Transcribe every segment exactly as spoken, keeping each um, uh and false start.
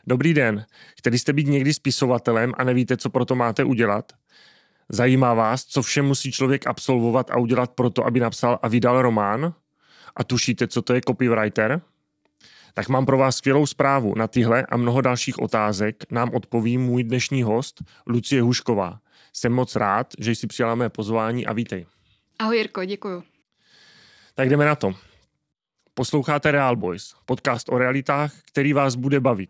Dobrý den. Chtěli jste být někdy spisovatelem a nevíte, co pro to máte udělat? Zajímá vás, co vše musí člověk absolvovat a udělat pro to, aby napsal a vydal román? A tušíte, co to je copywriter? Tak mám pro vás skvělou zprávu. Na tyhle a mnoho dalších otázek nám odpoví můj dnešní host Lucie Hušková. Jsem moc rád, že jsi přijala mé pozvání a vítej. Ahoj Jirko, děkuju. Tak jdeme na to. Posloucháte Real Boys, podcast o realitách, který vás bude bavit.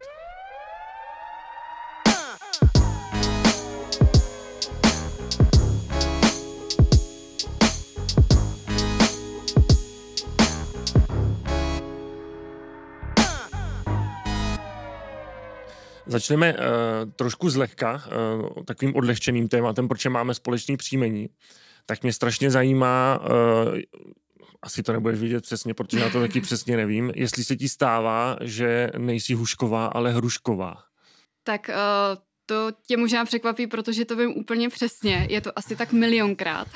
Začneme uh, trošku zlehka, uh, takovým odlehčeným tématem, protože máme společný příjmení. Tak mě strašně zajímá, uh, asi to nebudeš vidět přesně, protože já to taky přesně nevím, jestli se ti stává, že nejsi Hušková, ale Hrušková. Tak uh, to tě možná překvapí, protože to vím úplně přesně. Je to asi tak milionkrát.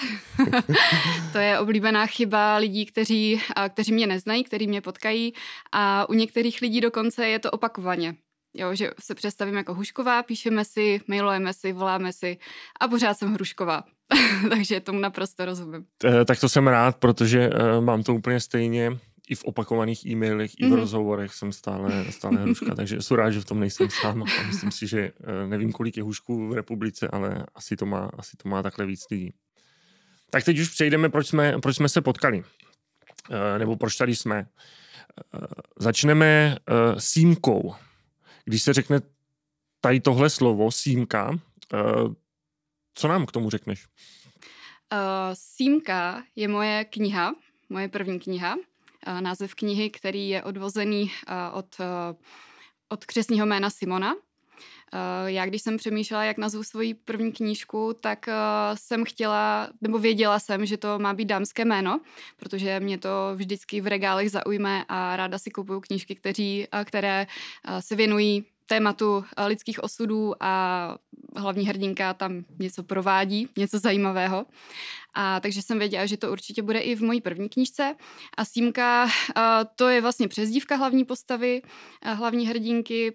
To je oblíbená chyba lidí, kteří, uh, kteří mě neznají, kteří mě potkají, a u některých lidí dokonce je to opakovaně. Jo, že se představím jako Hušková, píšeme si, mailujeme si, voláme si a pořád jsem Hrušková. Takže tomu naprosto rozumím. Tak to jsem rád, protože uh, mám to úplně stejně. I v opakovaných e-mailech, mm-hmm. i v rozhovorech jsem stále, stále Hruška, takže jsem rád, že v tom nejsem sám. A myslím si, že uh, nevím, kolik je Hušků v republice, ale asi to má, asi to má takhle víc lidí. Tak teď už přejdeme, proč jsme, proč jsme se potkali. Uh, nebo proč tady jsme. Uh, začneme uh, símkou. Když se řekne tady tohle slovo, símka, uh, co nám k tomu řekneš? Uh, símka je moje kniha, moje první kniha. Uh, název knihy, který je odvozený uh, od, uh, od křestního jména Simona. Uh, já když jsem přemýšlela, jak nazvu svoji první knížku, tak uh, jsem chtěla, nebo věděla jsem, že to má být dámské jméno, protože mě to vždycky v regálech zaujme a ráda si kupuju knížky, kteří, uh, které uh, se věnují tématu lidských osudů a hlavní hrdinka tam něco provádí, něco zajímavého. A takže jsem věděla, že to určitě bude i v mojí první knížce. A Símka, to je vlastně přezdívka hlavní postavy, hlavní hrdinky.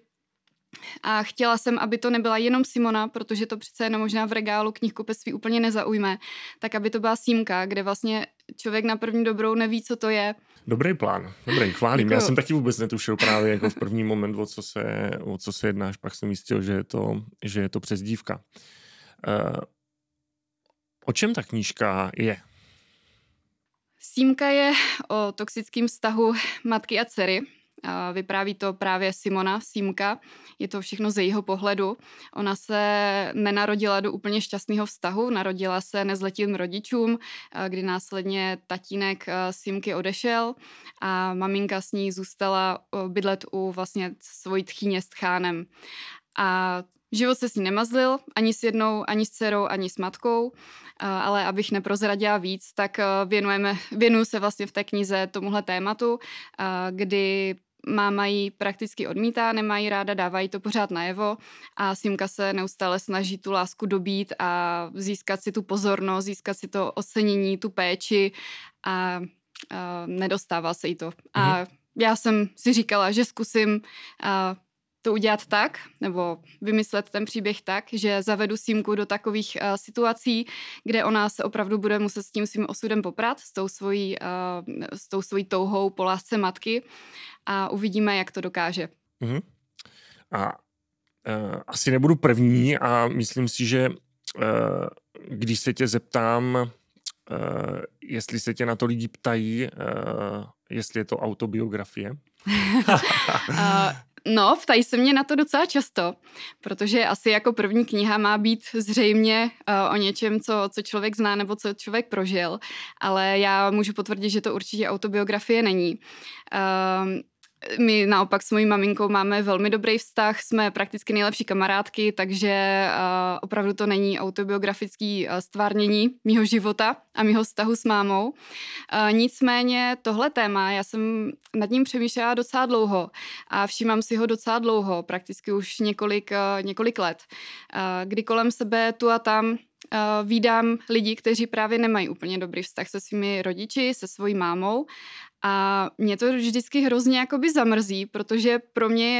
A chtěla jsem, aby to nebyla jenom Simona, protože to přece jenom možná v regálu knihkupectví úplně nezaujme, tak aby to byla Símka, kde vlastně člověk na první dobrou neví, co to je. Dobrý plán, dobrý, chválím. Děkuju. Já jsem taky vůbec netušil právě jako v první moment, o co se, o co se jedná, až pak jsem zjistil, že je to, že je to přezdívka. Uh, o čem ta knížka je? Símka je o toxickém vztahu matky a dcery. Vypráví to právě Simona, Símka. Je to všechno ze jejího pohledu. Ona se nenarodila do úplně šťastného vztahu, narodila se nezletilým rodičům, kdy následně tatínek Símky odešel a maminka s ní zůstala bydlet u vlastně svojí tchýně s tchánem. A život se s ní nemazlil, ani s jednou, ani s dcerou, ani s matkou, ale abych neprozradila víc, tak věnujeme, věnuju se vlastně v té knize tomuhle tématu, kdy máma ji prakticky odmítá, nemají ráda, dávají to pořád najevo a Símka se neustále snaží tu lásku dobít a získat si tu pozornost, získat si to ocenění, tu péči a, a nedostává se jí to. A mhm. já jsem si říkala, že zkusím a, to udělat tak, nebo vymyslet ten příběh tak, že zavedu Símku do takových uh, situací, kde ona se opravdu bude muset s tím svým osudem poprat, s tou svojí, uh, s tou svojí touhou po lásce matky a uvidíme, jak to dokáže. Uh-huh. A uh, asi nebudu první a myslím si, že uh, když se tě zeptám, uh, jestli se tě na to lidi ptají, uh, jestli je to autobiografie? uh, No, ptají se mě na to docela často, protože asi jako první kniha má být zřejmě uh, o něčem, co, co člověk zná nebo co člověk prožil, ale já můžu potvrdit, že to určitě autobiografie není. Uh, My naopak s mojí maminkou máme velmi dobrý vztah, jsme prakticky nejlepší kamarádky, takže uh, opravdu to není autobiografický uh, stvárnění mýho života a mýho vztahu s mámou. Uh, nicméně tohle téma, já jsem nad ním přemýšlela docela dlouho a všímám si ho docela dlouho, prakticky už několik, uh, několik let, uh, kdy kolem sebe tu a tam uh, vídám lidi, kteří právě nemají úplně dobrý vztah se svými rodiči, se svojí mámou. A mě to vždycky hrozně jakoby zamrzí, protože pro mě je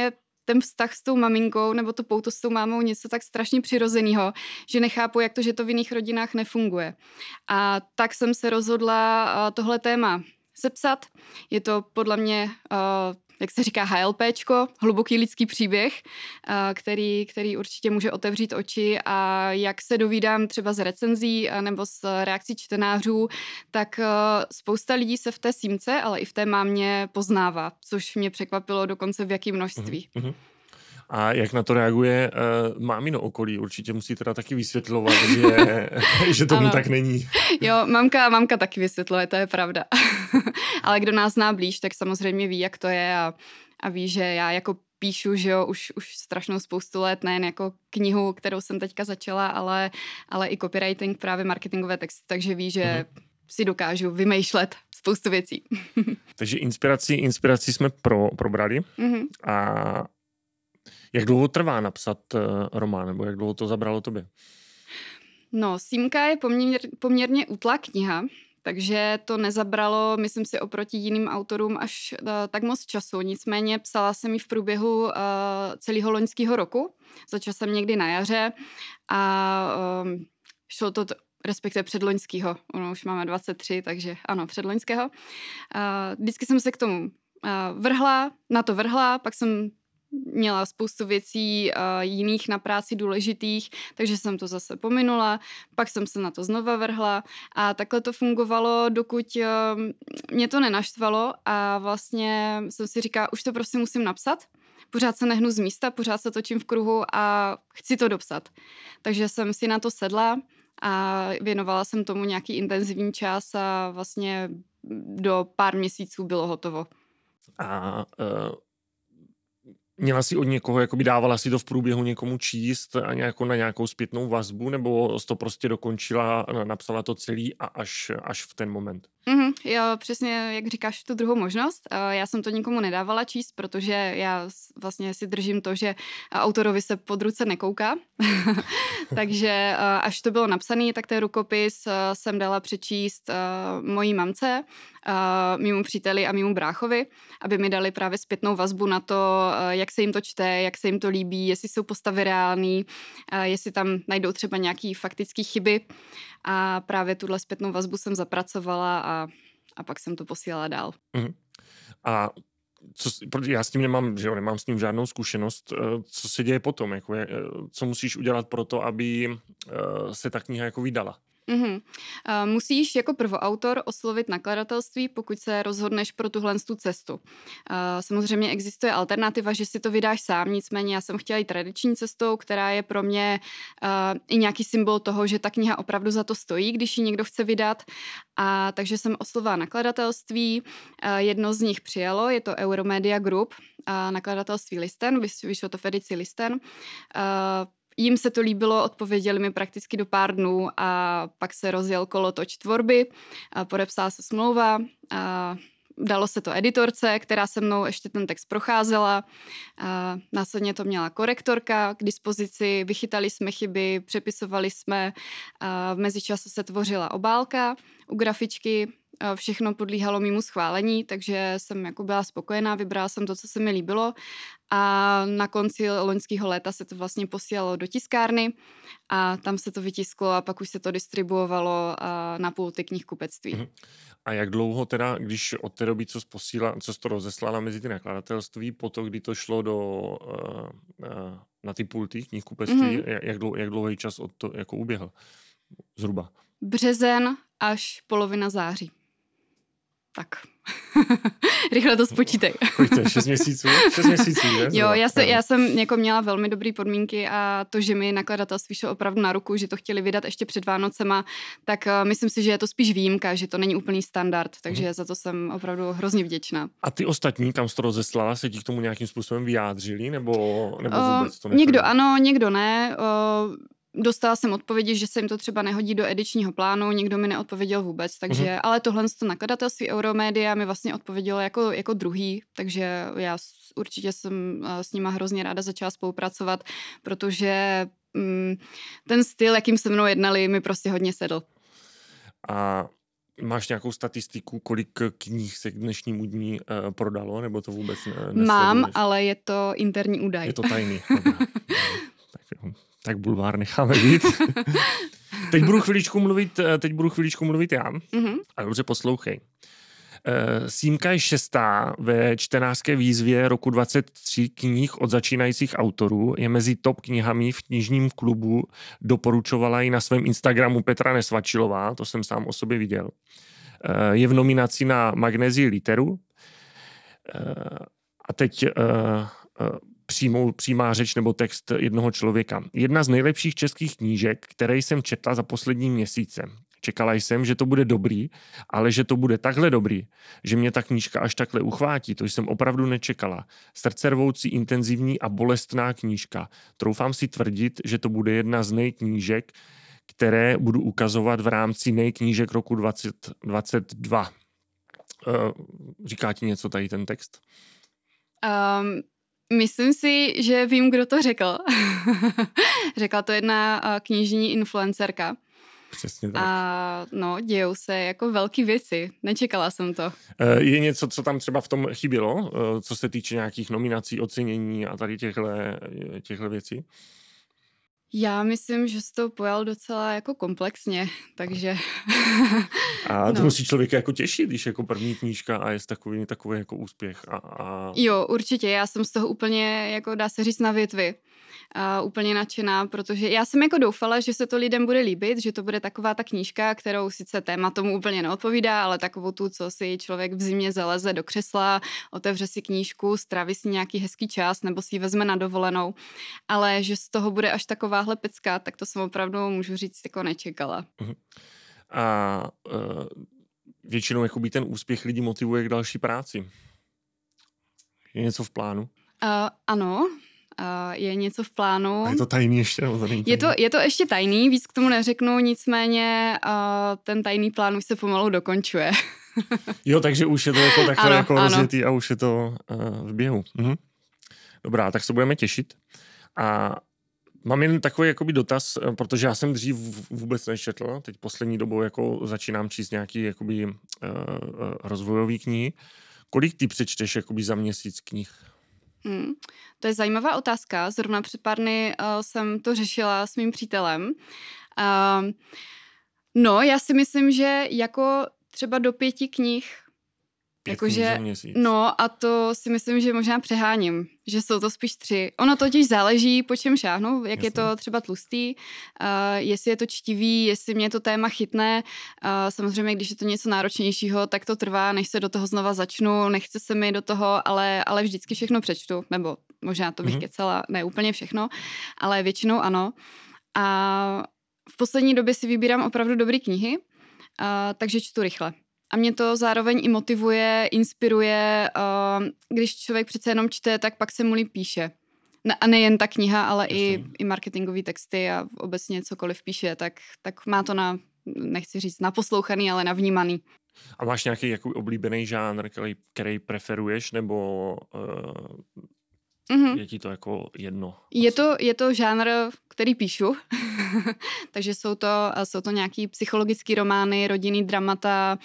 ten vztah s tou maminkou nebo to pouto s tou mámou něco tak strašně přirozeného, že nechápu, jak to, že to v jiných rodinách nefunguje. A tak jsem se rozhodla tohle téma sepsat. Je to podle mě, jak se říká, HLPčko, hluboký lidský příběh, který, který určitě může otevřít oči a jak se dovídám třeba z recenzí nebo z reakcí čtenářů, tak spousta lidí se v té símce, ale i v té mámě poznává, což mě překvapilo dokonce v jakém množství. Mm-hmm. A jak na to reaguje uh, mámino okolí? Určitě musí teda taky vysvětlovat, že, že tomu ano. tak není. Jo, mamka, mamka taky vysvětluje, to je pravda. Ale kdo nás zná blíž, tak samozřejmě ví, jak to je a, a ví, že já jako píšu, že jo, už, už strašnou spoustu let, nejen jako knihu, kterou jsem teďka začala, ale, ale i copywriting, právě marketingové texty, takže ví, že mm-hmm. si dokážu vymýšlet spoustu věcí. Takže inspiraci, inspiraci jsme pro, probrali. Mm-hmm. A jak dlouho trvá napsat uh, román, nebo jak dlouho to zabralo tobě? No, Símka je poměr, poměrně útlá kniha, takže to nezabralo, myslím si, oproti jiným autorům až uh, tak moc času. Nicméně psala jsem ji v průběhu uh, celého loňského roku. Začala jsem někdy na jaře a um, šlo to, t- respektive předloňského. Ono už máme dvacet tři, takže ano, předloňského. Uh, vždycky jsem se k tomu uh, vrhla, na to vrhla, pak jsem měla spoustu věcí uh, jiných na práci důležitých, takže jsem to zase pominula, pak jsem se na to znova vrhla a takhle to fungovalo, dokud uh, mě to nenaštvalo a vlastně jsem si říkala, už to prostě musím napsat, pořád se nehnu z místa, pořád se točím v kruhu a chci to dopsat. Takže jsem si na to sedla a věnovala jsem tomu nějaký intenzivní čas a vlastně do pár měsíců bylo hotovo. A uh... Měla jsi od někoho, jakoby dávala si to v průběhu někomu číst a nějakou, na nějakou zpětnou vazbu, nebo jsi to prostě dokončila, napsala to celý a až, až v ten moment? Mm-hmm, jo, přesně jak říkáš tu druhou možnost. Já jsem to nikomu nedávala číst, protože já vlastně si držím to, že autorovi se pod ruce nekouká. Takže až to bylo napsané, tak ten rukopis jsem dala přečíst mojí mamce, mému příteli a mému bráchovi, aby mi dali právě zpětnou vazbu na to, jak se jim to čte, jak se jim to líbí, jestli jsou postavy reální, jestli tam najdou třeba nějaký faktický chyby. A právě tuhle zpětnou vazbu jsem zapracovala a, a pak jsem to posílala dál. Uh-huh. A co, já s tím nemám, že jo, nemám s ním žádnou zkušenost. Co se děje potom? Jako je, co musíš udělat pro to, aby se ta kniha jako vydala? Mm-hmm. Uh, musíš jako prvoautor oslovit nakladatelství, pokud se rozhodneš pro tuhle tu cestu. Uh, samozřejmě existuje alternativa, že si to vydáš sám, nicméně já jsem chtěla jít tradiční cestou, která je pro mě uh, i nějaký symbol toho, že ta kniha opravdu za to stojí, když ji někdo chce vydat. A takže jsem oslovila nakladatelství, uh, jedno z nich přijalo, je to Euromedia Group, uh, nakladatelství Listen, vyšlo to v edici Listen. Uh, Jím se to líbilo, odpověděli mi prakticky do pár dnů a pak se rozjel kolotoč tvorby, a podepsala se smlouva, a dalo se to editorce, která se mnou ještě ten text procházela. A následně to měla korektorka k dispozici, vychytali jsme chyby, přepisovali jsme, a v mezičase se tvořila obálka u grafičky, všechno podlíhalo mému schválení, takže jsem jako byla spokojená, vybrala jsem to, co se mi líbilo a na konci loňského léta se to vlastně posílalo do tiskárny a tam se to vytisklo a pak už se to distribuovalo na pulty knihkupectví. A jak dlouho teda, když od té doby, co jsi posíla, co jsi to rozeslala mezi ty nakladatelství, potom, kdy to šlo do, na ty pulty knihkupectví, mm-hmm. jak, dlou, jak dlouhý čas od to jako uběhl? Zhruba. Březen až polovina září. Tak. Rychle to spočítej. Kolik šest měsíců? Šest měsíců, ne? Jo, já, se, já jsem jako měla velmi dobrý podmínky a to, že mi nakladatelství šlo opravdu na ruku, že to chtěli vydat ještě před Vánocema, tak uh, myslím si, že je to spíš výjimka, že to není úplný standard, takže hmm. za to jsem opravdu hrozně vděčná. A ty ostatní, kam jsi to rozeslala, se ti k tomu nějakým způsobem vyjádřili, nebo, nebo vůbec to uh, Někdo ano, někdo ne. Uh, Dostala jsem odpovědi, že se jim to třeba nehodí do edičního plánu, nikdo mi neodpověděl vůbec, takže, mm-hmm. ale tohle to nakladatelství Euromedia mi vlastně odpovědělo jako, jako druhý, takže já určitě jsem s nima hrozně ráda začala spolupracovat, protože mm, ten styl, jakým se mnou jednali, mi prostě hodně sedl. A máš nějakou statistiku, kolik knih se k dnešnímu dní uh, prodalo, nebo to vůbec ne, nesleduješ? Mám, ale je to interní údaj. Je to tajný. Dobrá. tak, jo. tak bulvár necháme být. teď budu chviličku mluvit, teď budu chviličku mluvit já. Mm-hmm. A dobře poslouchej. Uh, Símka je šestá ve čtenářské výzvě roku dvacet tři knih od začínajících autorů. Je mezi top knihami v knižním klubu. Doporučovala ji na svém Instagramu Petra Nesvačilová, to jsem sám o sobě viděl. Uh, je v nominaci na Magnézii literu. Uh, a teď uh, uh, přímou, přímá řeč nebo text jednoho člověka. Jedna z nejlepších českých knížek, které jsem četla za poslední měsíce. Čekala jsem, že to bude dobrý, ale že to bude takhle dobrý, že mě ta knížka až takhle uchvátí, to jsem opravdu nečekala. Srdcervoucí, intenzivní a bolestná knížka. Troufám si tvrdit, že to bude jedna z nejknížek, které budu ukazovat v rámci nejknížek roku dvacet dvacet dva. Uh, říká ti něco tady ten text? Um, myslím si, že vím, kdo to řekl. Řekla to jedna uh, knižní influencerka. Přesně tak. A no, dějou se jako velký věci. Nečekala jsem to. Je něco, co tam třeba v tom chybělo, co se týče nějakých nominací, ocenění a tady těchto, těchto věcí? Já myslím, že jsi to pojal docela jako komplexně, takže... A to no. musí člověka jako těšit, když jako první knížka a je takový, takový jako úspěch. A, a... Jo, určitě. Já jsem z toho úplně, jako dá se říct, na větvi. Uh, úplně nadšená, protože já jsem jako doufala, že se to lidem bude líbit, že to bude taková ta knížka, kterou sice téma tomu úplně neodpovídá, ale takovou tu, co si člověk v zimě zaleze do křesla, otevře si knížku, stráví si nějaký hezký čas nebo si ji vezme na dovolenou, ale že z toho bude až takováhle pecka, tak to jsem opravdu, můžu říct, jako nečekala. Uh-huh. A uh, většinou jakoby ten úspěch lidi motivuje k další práci. Je něco v plánu? Uh, ano, Uh, je něco v plánu. A je to tajný ještě? Nebo to tajný? Je to, je to ještě tajný, víc k tomu neřeknu, nicméně uh, ten tajný plán už se pomalu dokončuje. Jo, takže už je to jako takhle ano, jako ano. rozjetý a už je to uh, v běhu. Mhm. Dobrá, tak se budeme těšit. A mám jen takový jakoby dotaz, protože já jsem dřív vůbec nečetl, teď poslední dobou jako začínám číst nějaký jakoby uh, rozvojový knihy. Kolik ty přečteš jakoby za měsíc knih? Hmm, to je zajímavá otázka. Zrovna před pár dny uh, jsem to řešila s mým přítelem. Uh, no, já si myslím, že jako třeba do pěti knih. Jakože, no a to si myslím, že možná přeháním, že jsou to spíš tři. Ono totiž záleží, po čem šáhnu, jak Jasně. je to třeba tlustý, uh, jestli je to čtivý, jestli mě to téma chytne. Uh, samozřejmě, když je to něco náročnějšího, tak to trvá, než se do toho znova začnu, nechce se mi do toho, ale, ale vždycky všechno přečtu, nebo možná to bych mm-hmm. kecela, ne úplně všechno, ale většinou ano. A v poslední době si vybírám opravdu dobré knihy, uh, takže čtu rychle. A mě to zároveň i motivuje, inspiruje, uh, když člověk přece jenom čte, tak pak se mu líp píše. Ne, a nejen ta kniha, ale i, i marketingové texty a obecně cokoliv píše, tak, tak má to na, nechci říct naposlouchaný, ale navnímaný. A máš nějaký jako oblíbený žánr, který, který preferuješ, nebo uh, mm-hmm. je ti to jako jedno? Je to, je to žánr, který píšu, takže jsou to, jsou to nějaký psychologický romány, rodinný dramata,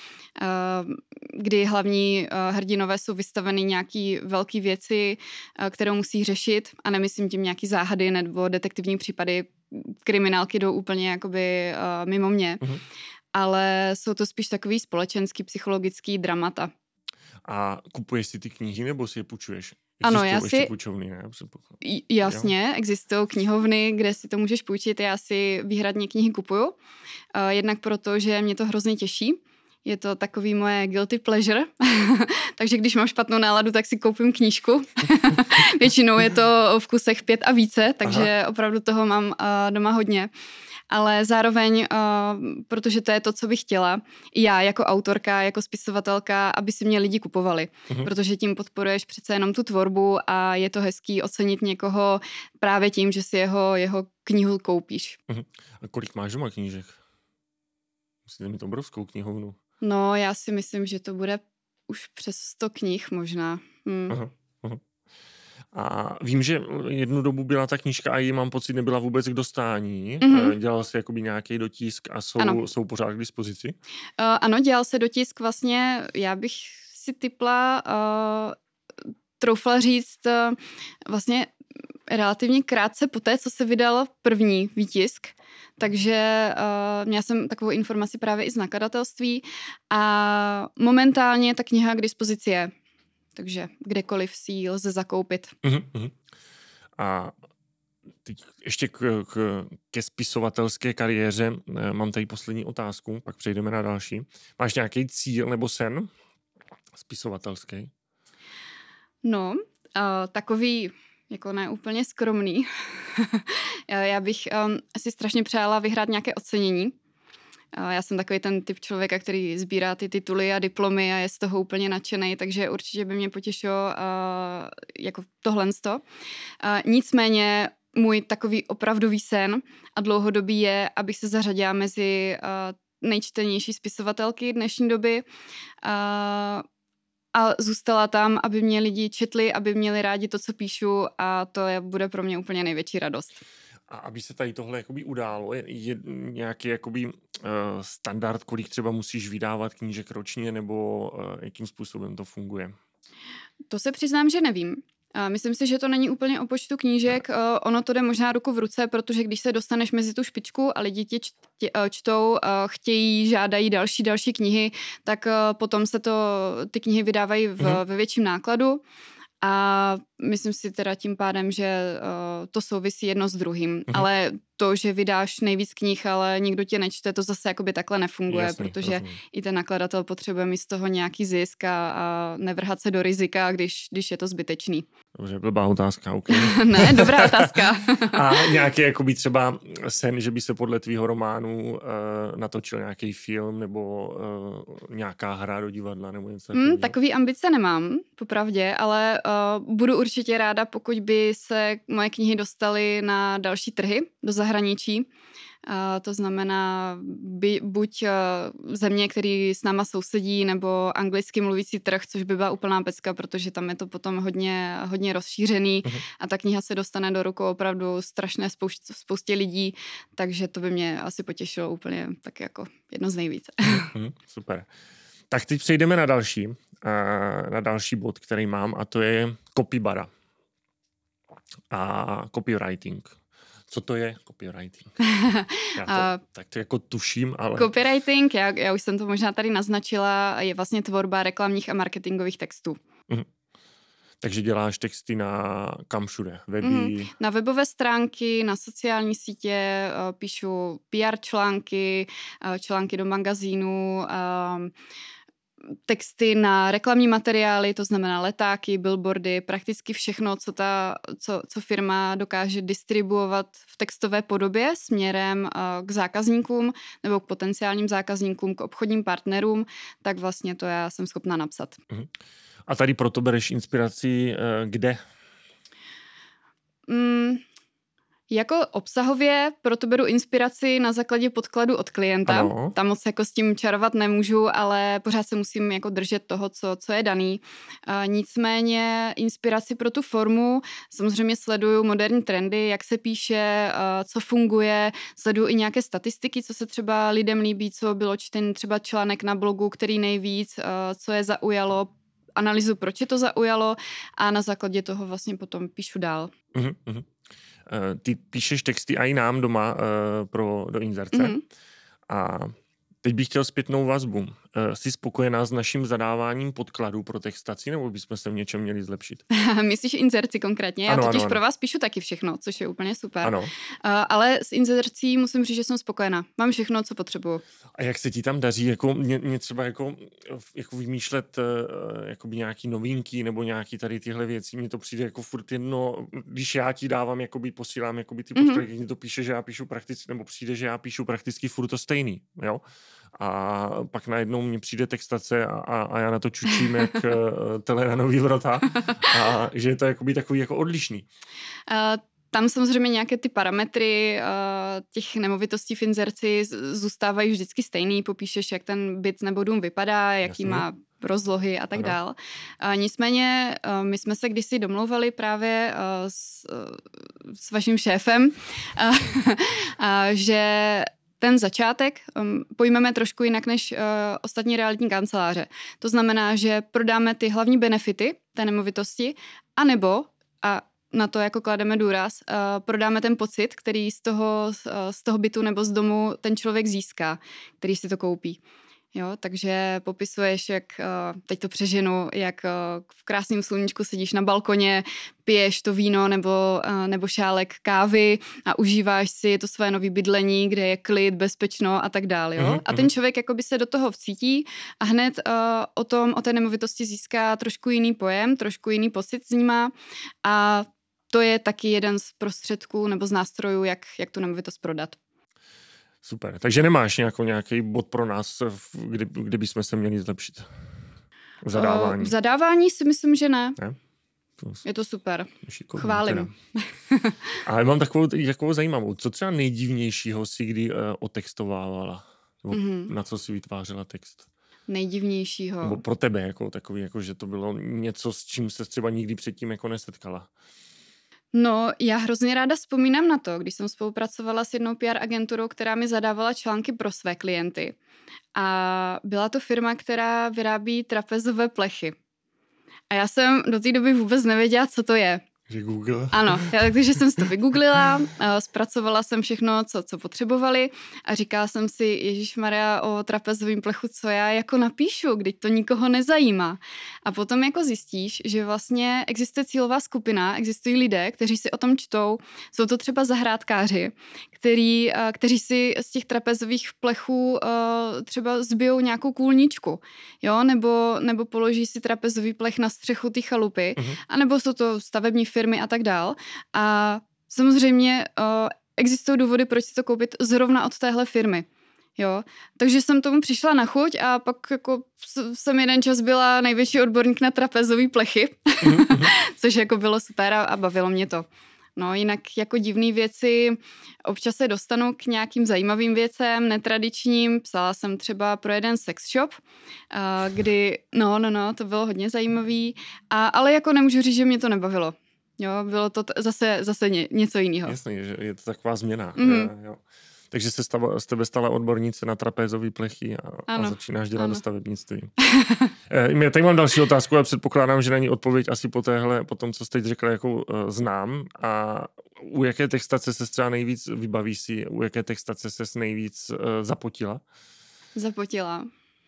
kdy hlavní hrdinové jsou vystaveny nějaký velký věci, kterou musí řešit, a nemyslím tím nějaký záhady nebo detektivní případy, kriminálky jdou úplně jakoby mimo mě, uh-huh. ale jsou to spíš takový společenský, psychologický dramata. A kupuješ si ty knihy nebo si je půjčuješ? Ano, já si... půjčovny, ne? Jasně, jo. Existují knihovny, kde si to můžeš půjčit. Já si výhradně knihy kupuju. Uh, jednak proto, že mě to hrozně těší. Je to takový moje guilty pleasure. Takže když mám špatnou náladu, tak si koupím knížku. Většinou je to v kusech pět a více, takže Aha. opravdu toho mám uh, doma hodně. Ale zároveň, uh, protože to je to, co bych chtěla, i já jako autorka, jako spisovatelka, aby si mě lidi kupovali. Uh-huh. Protože tím podporuješ přece jenom tu tvorbu a je to hezký ocenit někoho právě tím, že si jeho, jeho knihu koupíš. Uh-huh. A kolik máš doma knížek? Musíte mít obrovskou knihovnu. No, já si myslím, že to bude už přes sto knih možná. Hmm. Aha, aha. A vím, že jednu dobu byla ta knížka a ji mám pocit nebyla vůbec k dostání. Mhm. Dělal se jakoby nějaký dotisk a jsou, Ano. jsou pořád k dispozici? Uh, ano, dělal se dotisk vlastně, já bych si tipla, uh, troufla říct uh, vlastně relativně krátce poté, co se vydal první výtisk. Takže uh, měla jsem takovou informaci právě i z nakladatelství a momentálně ta kniha k dispozici je. Takže kdekoliv si ji lze zakoupit. Uh-huh. A teď ještě k, k, ke spisovatelské kariéře mám tady poslední otázku, pak přejdeme na další. Máš nějaký cíl nebo sen spisovatelský? No, uh, takový jako ne úplně skromný. Já bych um, si strašně přála vyhrát nějaké ocenění. Uh, já jsem takový ten typ člověka, který sbírá ty tituly a diplomy a je z toho úplně nadšený, takže určitě by mě potěšilo uh, jako tohlensto. Uh, nicméně můj takový opravdový sen a dlouhodobý je, abych se zařadila mezi uh, nejčtenější spisovatelky dnešní doby. Uh, A zůstala tam, aby mě lidi četli, aby měli rádi to, co píšu a to je, bude pro mě úplně největší radost. A aby se tady tohle jakoby událo, je, je nějaký jakoby, uh, standard, kolik třeba musíš vydávat knížek ročně, nebo uh, jakým způsobem to funguje? To se přiznám, že nevím. Myslím si, že to není úplně o počtu knížek, ono to jde možná ruku v ruce, protože když se dostaneš mezi tu špičku a lidi tě čtou, chtějí, žádají další, další knihy, tak potom se to, ty knihy vydávají v, mm-hmm. ve větším nákladu a myslím si teda tím pádem, že to souvisí jedno s druhým, mm-hmm. ale to, že vydáš nejvíc knih, ale nikdo tě nečte, to zase jakoby takhle nefunguje, Jasný, protože rozumím. I ten nakladatel potřebuje mít z toho nějaký zisk a, a nevrhat se do rizika, když, když je to zbytečný. Dobře, blbá otázka, OK. Ne, dobrá otázka. A nějaký jakoby třeba sen, že by se podle tvýho románu uh, natočil nějaký film nebo uh, nějaká hra do divadla nebo něco takového? Hmm, takový ambice nemám, popravdě, ale uh, budu určitě ráda, pokud by se moje knihy dostaly na další trhy do zahraničí. Uh, to znamená by, buď uh, země, který s náma sousedí, nebo anglicky mluvící trh, což by byla úplná pecka, protože tam je to potom hodně, hodně rozšířený uh-huh. a ta kniha se dostane do rukou opravdu strašné spoustě, spoustě lidí, takže to by mě asi potěšilo úplně tak jako jedno z nejvíce. Uh-huh, super. Tak teď přejdeme na další, uh, na další bod, který mám, a to je copybara a copywriting. Co to je copywriting? Já to uh, tak to jako tuším, ale... Copywriting, já, já už jsem to možná tady naznačila, je vlastně tvorba reklamních a marketingových textů. Uh-huh. Takže děláš texty na kam všude? Weby? Uh-huh. Na webové stránky, na sociální sítě, uh, píšu P R články, uh, články do magazínu, uh, texty na reklamní materiály, to znamená letáky, billboardy, prakticky všechno, co, ta, co, co firma dokáže distribuovat v textové podobě směrem uh, k zákazníkům nebo k potenciálním zákazníkům, k obchodním partnerům, tak vlastně to já jsem schopná napsat. Uh-huh. A tady proto bereš inspiraci uh, kde? Mm, Jako obsahově proto beru inspiraci na základě podkladu od klienta. Ano. Tam moc jako s tím čarovat nemůžu, ale pořád se musím jako držet toho, co, co je daný. Uh, nicméně inspiraci pro tu formu samozřejmě sleduju moderní trendy, jak se píše, uh, co funguje, sleduju i nějaké statistiky, co se třeba lidem líbí, co bylo čten třeba článek na blogu, který nejvíc, uh, co je zaujalo, analyzu, proč je to zaujalo a na základě toho vlastně potom píšu dál. Uh-huh, uh-huh. Ty píšeš texty i nám doma uh, pro, do Inzerce. Mm-hmm. A teď bych chtěl zpětnou vazbu. Uh, jsi spokojená s naším zadáváním podkladů pro textaci, nebo bychom se v něčem měli zlepšit? Myslíš Inzerci konkrétně? Já ano, totiž ano, pro ano. vás píšu taky všechno, což je úplně super. Ano. Uh, ale s Inzercí musím říct, že jsem spokojená. Mám všechno, co potřebuju. A jak se ti tam daří? Jako mě, mě třeba jako, jako vymýšlet uh, jakoby nějaký novinky nebo nějaký tady tyhle věci. Mně to přijde jako furt jedno, když já ti dávám, jakoby posílám jakoby ty podklady, mm-hmm. mě to píše, že já píšu prakticky, nebo přijde, že já píšu prakticky furt to stejný, jo? A pak najednou mně přijde textace a, a, a já na to čučím jak uh, tele na nový vrata a že je to jakoby takový jako odlišný. Uh, tam samozřejmě nějaké ty parametry uh, těch nemovitostí v Inzerci zůstávají vždycky stejný. Popíšeš, jak ten byt nebo dům vypadá, jaký Jasně. má rozlohy a tak ano. dál. A nicméně my jsme se kdysi domlouvali právě s, s vaším šéfem, a, a, že ten začátek um, pojmeme trošku jinak než uh, ostatní realitní kanceláře. To znamená, že prodáme ty hlavní benefity té nemovitosti, anebo, a na to jako klademe důraz, uh, prodáme ten pocit, který z toho, uh, z toho bytu nebo z domu ten člověk získá, který si to koupí. Jo, takže popisuješ, jak, teď to přeženu, jak v krásném sluníčku sedíš na balkoně, piješ to víno nebo, nebo šálek kávy a užíváš si to své nové bydlení, kde je klid, bezpečno a tak dále. Jo? Mm-hmm. A ten člověk jakoby se do toho vcítí a hned uh, o tom, o té nemovitosti získá trošku jiný pojem, trošku jiný pocit z ní má a to je taky jeden z prostředků nebo z nástrojů, jak, jak tu nemovitost prodat. Super. Takže nemáš nějakou, nějaký bod pro nás, kdy, kdy bychom se měli zlepšit? V zadávání. V zadávání si myslím, že ne. ne? To je to super. Šikovný, chválím. Ale mám takovou, takovou zajímavou. Co třeba nejdivnějšího si kdy uh, otextovávala? Nebo mm-hmm. na co si vytvářela text? Nejdivnějšího. Nebo pro tebe jako takový, jako že to bylo něco, s čím se třeba nikdy předtím jako nesetkala? No, já hrozně ráda vzpomínám na to, když jsem spolupracovala s jednou P R agenturou, která mi zadávala články pro své klienty. A byla to firma, která vyrábí trapezové plechy. A já jsem do té doby vůbec nevěděla, co to je. Že Google? Ano, já, takže jsem si to vygooglila, zpracovala jsem všechno, co, co potřebovali a říkala jsem si, ježišmarja, o trapezovém plechu, co já jako napíšu, když to nikoho nezajímá. A potom jako zjistíš, že vlastně existuje cílová skupina, existují lidé, kteří si o tom čtou, jsou to třeba zahrádkáři, který, kteří si z těch trapezových plechů třeba zbijou nějakou kůlničku, jo, nebo, nebo položí si trapezový plech na střechu té chalupy, uh-huh. anebo jsou to stavební firmy a tak dál. A samozřejmě uh, existují důvody, proč si to koupit zrovna od téhle firmy. Jo, takže jsem tomu přišla na chuť a pak jako jsem jeden čas byla největší odborník na trapezový plechy, mm-hmm. což jako bylo super a, a bavilo mě to. No jinak jako divný věci, občas se dostanu k nějakým zajímavým věcem, netradičním. Psala jsem třeba pro jeden sex shop, kdy, no, no, no, to bylo hodně zajímavý, a, ale jako nemůžu říct, že mě to nebavilo. Jo, bylo to t- zase, zase ně, něco jiného. Jasně, že je to taková změna. Mm. Jo. Takže se stava, z tebe stala odbornice na trapézové plechy a, a začínáš dělat ano. do stavebnictví. Já tady mám další otázku a předpokládám, že na ní odpověď asi po téhle, po tom, co jste teď řekla, jako uh, znám. A u jaké textace se třeba nejvíc vybavíš si, u jaké textace ses nejvíc uh, zapotila? Zapotila.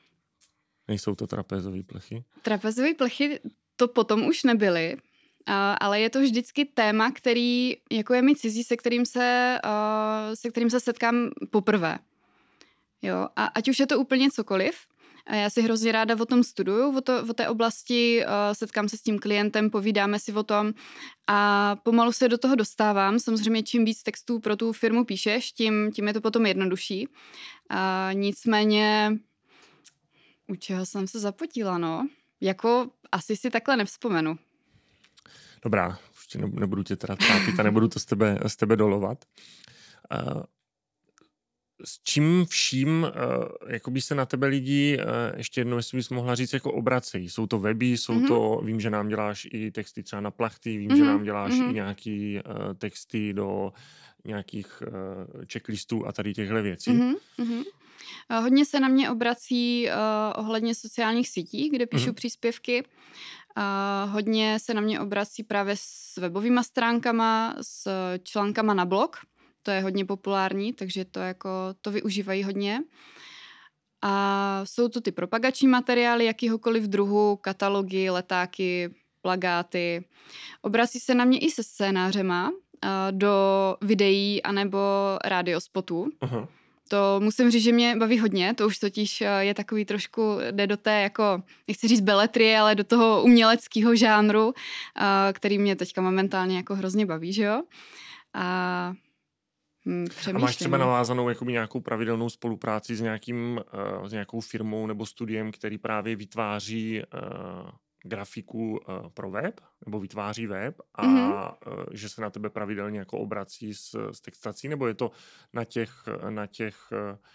Nejsou to trapézové plechy? Trapézové plechy to potom už nebyly. Uh, ale je to vždycky téma, který jako je mi cizí, se kterým se, uh, se kterým se setkám poprvé. Jo? A ať už je to úplně cokoliv, a já si hrozně ráda o tom studuju, o, to, o té oblasti, uh, setkám se s tím klientem, povídáme si o tom a pomalu se do toho dostávám. Samozřejmě čím víc textů pro tu firmu píšeš, tím, tím je to potom jednodušší. Uh, nicméně, u čeho jsem se zapotila, no? Jako asi si takhle nevzpomenu. Dobrá, už nebudu tě teda trápit a nebudu to z tebe, z tebe dolovat. Uh, s čím vším, uh, jakoby se na tebe lidi, uh, ještě jednou, jestli bys mohla říct, jako obracejí. Jsou to weby, jsou mm-hmm. to, vím, že nám děláš i texty třeba na plachty, vím, mm-hmm. že nám děláš mm-hmm. i nějaký uh, texty do nějakých uh, checklistů a tady těchto věcí. Mm-hmm. Hodně se na mě obrací uh, ohledně sociálních sítí, kde píšu mm-hmm. příspěvky. Uh, hodně se na mě obrací právě s webovýma stránkama, s článkama na blog. To je hodně populární, takže to jako to využívají hodně. A jsou to ty propagační materiály jakýhokoliv druhu, katalogy, letáky, plakáty. Obrací se na mě i se scénářema uh, do videí anebo radiospotů. Aha. To musím říct, že mě baví hodně, to už totiž je takový trošku, jde do té jako, nechci říct beletrie, ale do toho uměleckého žánru, který mě teďka momentálně jako hrozně baví, že jo? A, hm, a máš třeba navázanou jakoby nějakou pravidelnou spolupráci s, nějakým, uh, s nějakou firmou nebo studiem, který právě vytváří uh, grafiku uh, pro web, nebo vytváří web a mm-hmm. uh, že se na tebe pravidelně jako obrací s, s textací, nebo je to na těch, na těch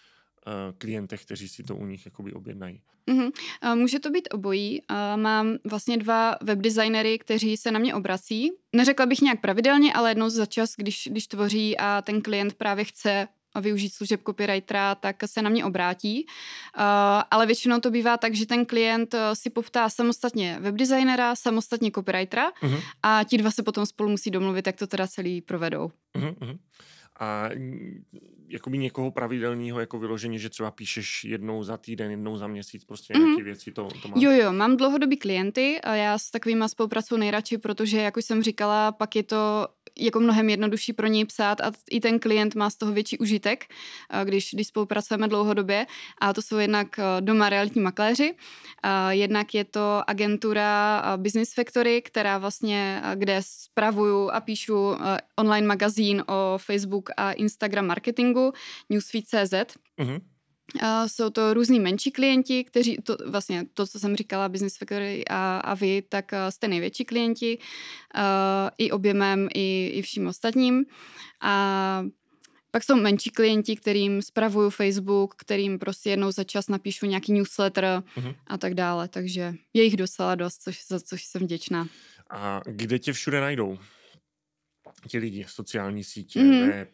klientech, kteří si to u nich jakoby objednají? Mm-hmm. Může to být obojí. Mám vlastně dva webdesignery, kteří se na mě obrací. Neřekla bych nějak pravidelně, ale jednou za čas, když, když tvoří a ten klient právě chce a využít služeb copywritera, tak se na mě obrátí. Uh, ale většinou to bývá tak, že ten klient si poptá samostatně webdesignera, samostatně copywritera uh-huh. a ti dva se potom spolu musí domluvit, jak to teda celý provedou. Uh-huh. A jakoby někoho pravidelného jako vyložení, že třeba píšeš jednou za týden, jednou za měsíc, prostě mm-hmm. nějaké věci, to, to máš? Jo, jo, mám dlouhodobý klienty a já s takovýma spolupracuji nejradši, protože, jak už jsem říkala, pak je to jako mnohem jednodušší pro něj psát a i ten klient má z toho větší užitek, když, když spolupracujeme dlouhodobě. A to jsou jednak doma realitní makléři, jednak je to agentura Business Factory, která vlastně, kde spravuju a píšu online magazín o Facebook a Instagram marketingu, newsfeed tečka cé zet. Uh-huh. Uh, jsou to různí menší klienti, kteří, to, vlastně to, co jsem říkala, Business Factory a, a vy, tak uh, jste největší klienti, uh, i objemem, i, i vším ostatním. A pak jsou menší klienti, kterým spravuju Facebook, kterým prostě jednou za čas napíšu nějaký newsletter uh-huh. a tak dále. Takže je jich docela dost, což, za což jsem vděčná. A kde tě všude najdou? Ti lidi, sociální sítě, mm-hmm. web...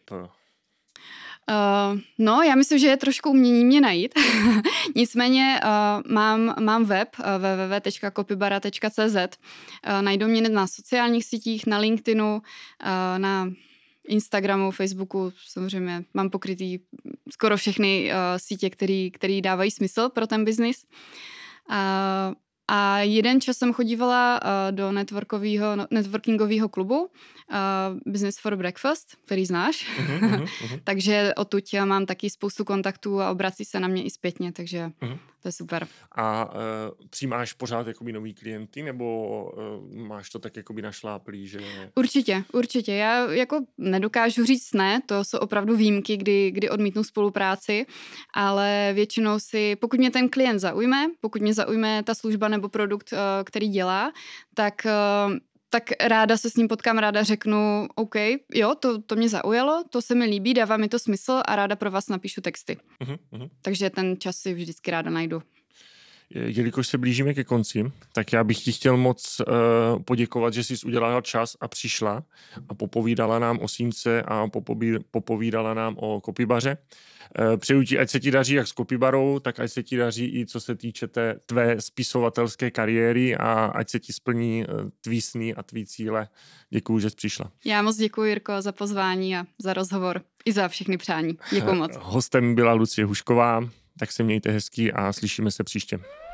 Uh, no, já myslím, že je trošku umění mě najít. Nicméně uh, mám, mám web uh, w w w tečka copybara tečka cé zet. Uh, najdou mě na sociálních sítích, na LinkedInu, uh, na Instagramu, Facebooku. Samozřejmě mám pokrytý skoro všechny uh, sítě, který, který dávají smysl pro ten biznis. Uh, A jeden čas jsem chodívala uh, do networkového, networkingového klubu uh, Business for Breakfast, který znáš. Uh-huh, uh-huh. Takže odtud mám taky spoustu kontaktů a obrací se na mě i zpětně, takže uh-huh. to je super. A uh, přijímáš pořád jakoby nový klienty, nebo uh, máš to tak jakoby našláplý, že... Určitě, určitě. Já jako nedokážu říct ne, to jsou opravdu výjimky, kdy, kdy odmítnu spolupráci, ale většinou si, pokud mě ten klient zaujme, pokud mě zaujme ta služba nebo produkt, který dělá, tak, tak ráda se s ním potkám, ráda řeknu, OK, jo, to, to mě zaujalo, to se mi líbí, dává mi to smysl a ráda pro vás napíšu texty. Uh-huh, uh-huh. Takže ten čas si vždycky ráda najdu. Jelikož se blížíme ke konci, tak já bych ti chtěl moc uh, poděkovat, že jsi udělala čas a přišla a popovídala nám o Símce a popobí, popovídala nám o Copybaře. Uh, přeju ti, ať se ti daří jak s Copybarou, tak ať se ti daří i co se týče té tvé spisovatelské kariéry a ať se ti splní uh, tvý sny a tvý cíle. Děkuju, že jsi přišla. Já moc děkuji, Jirko, za pozvání a za rozhovor i za všechny přání. Děkuju moc. Hostem byla Lucie Hušková. Tak se mějte hezky a slyšíme se příště.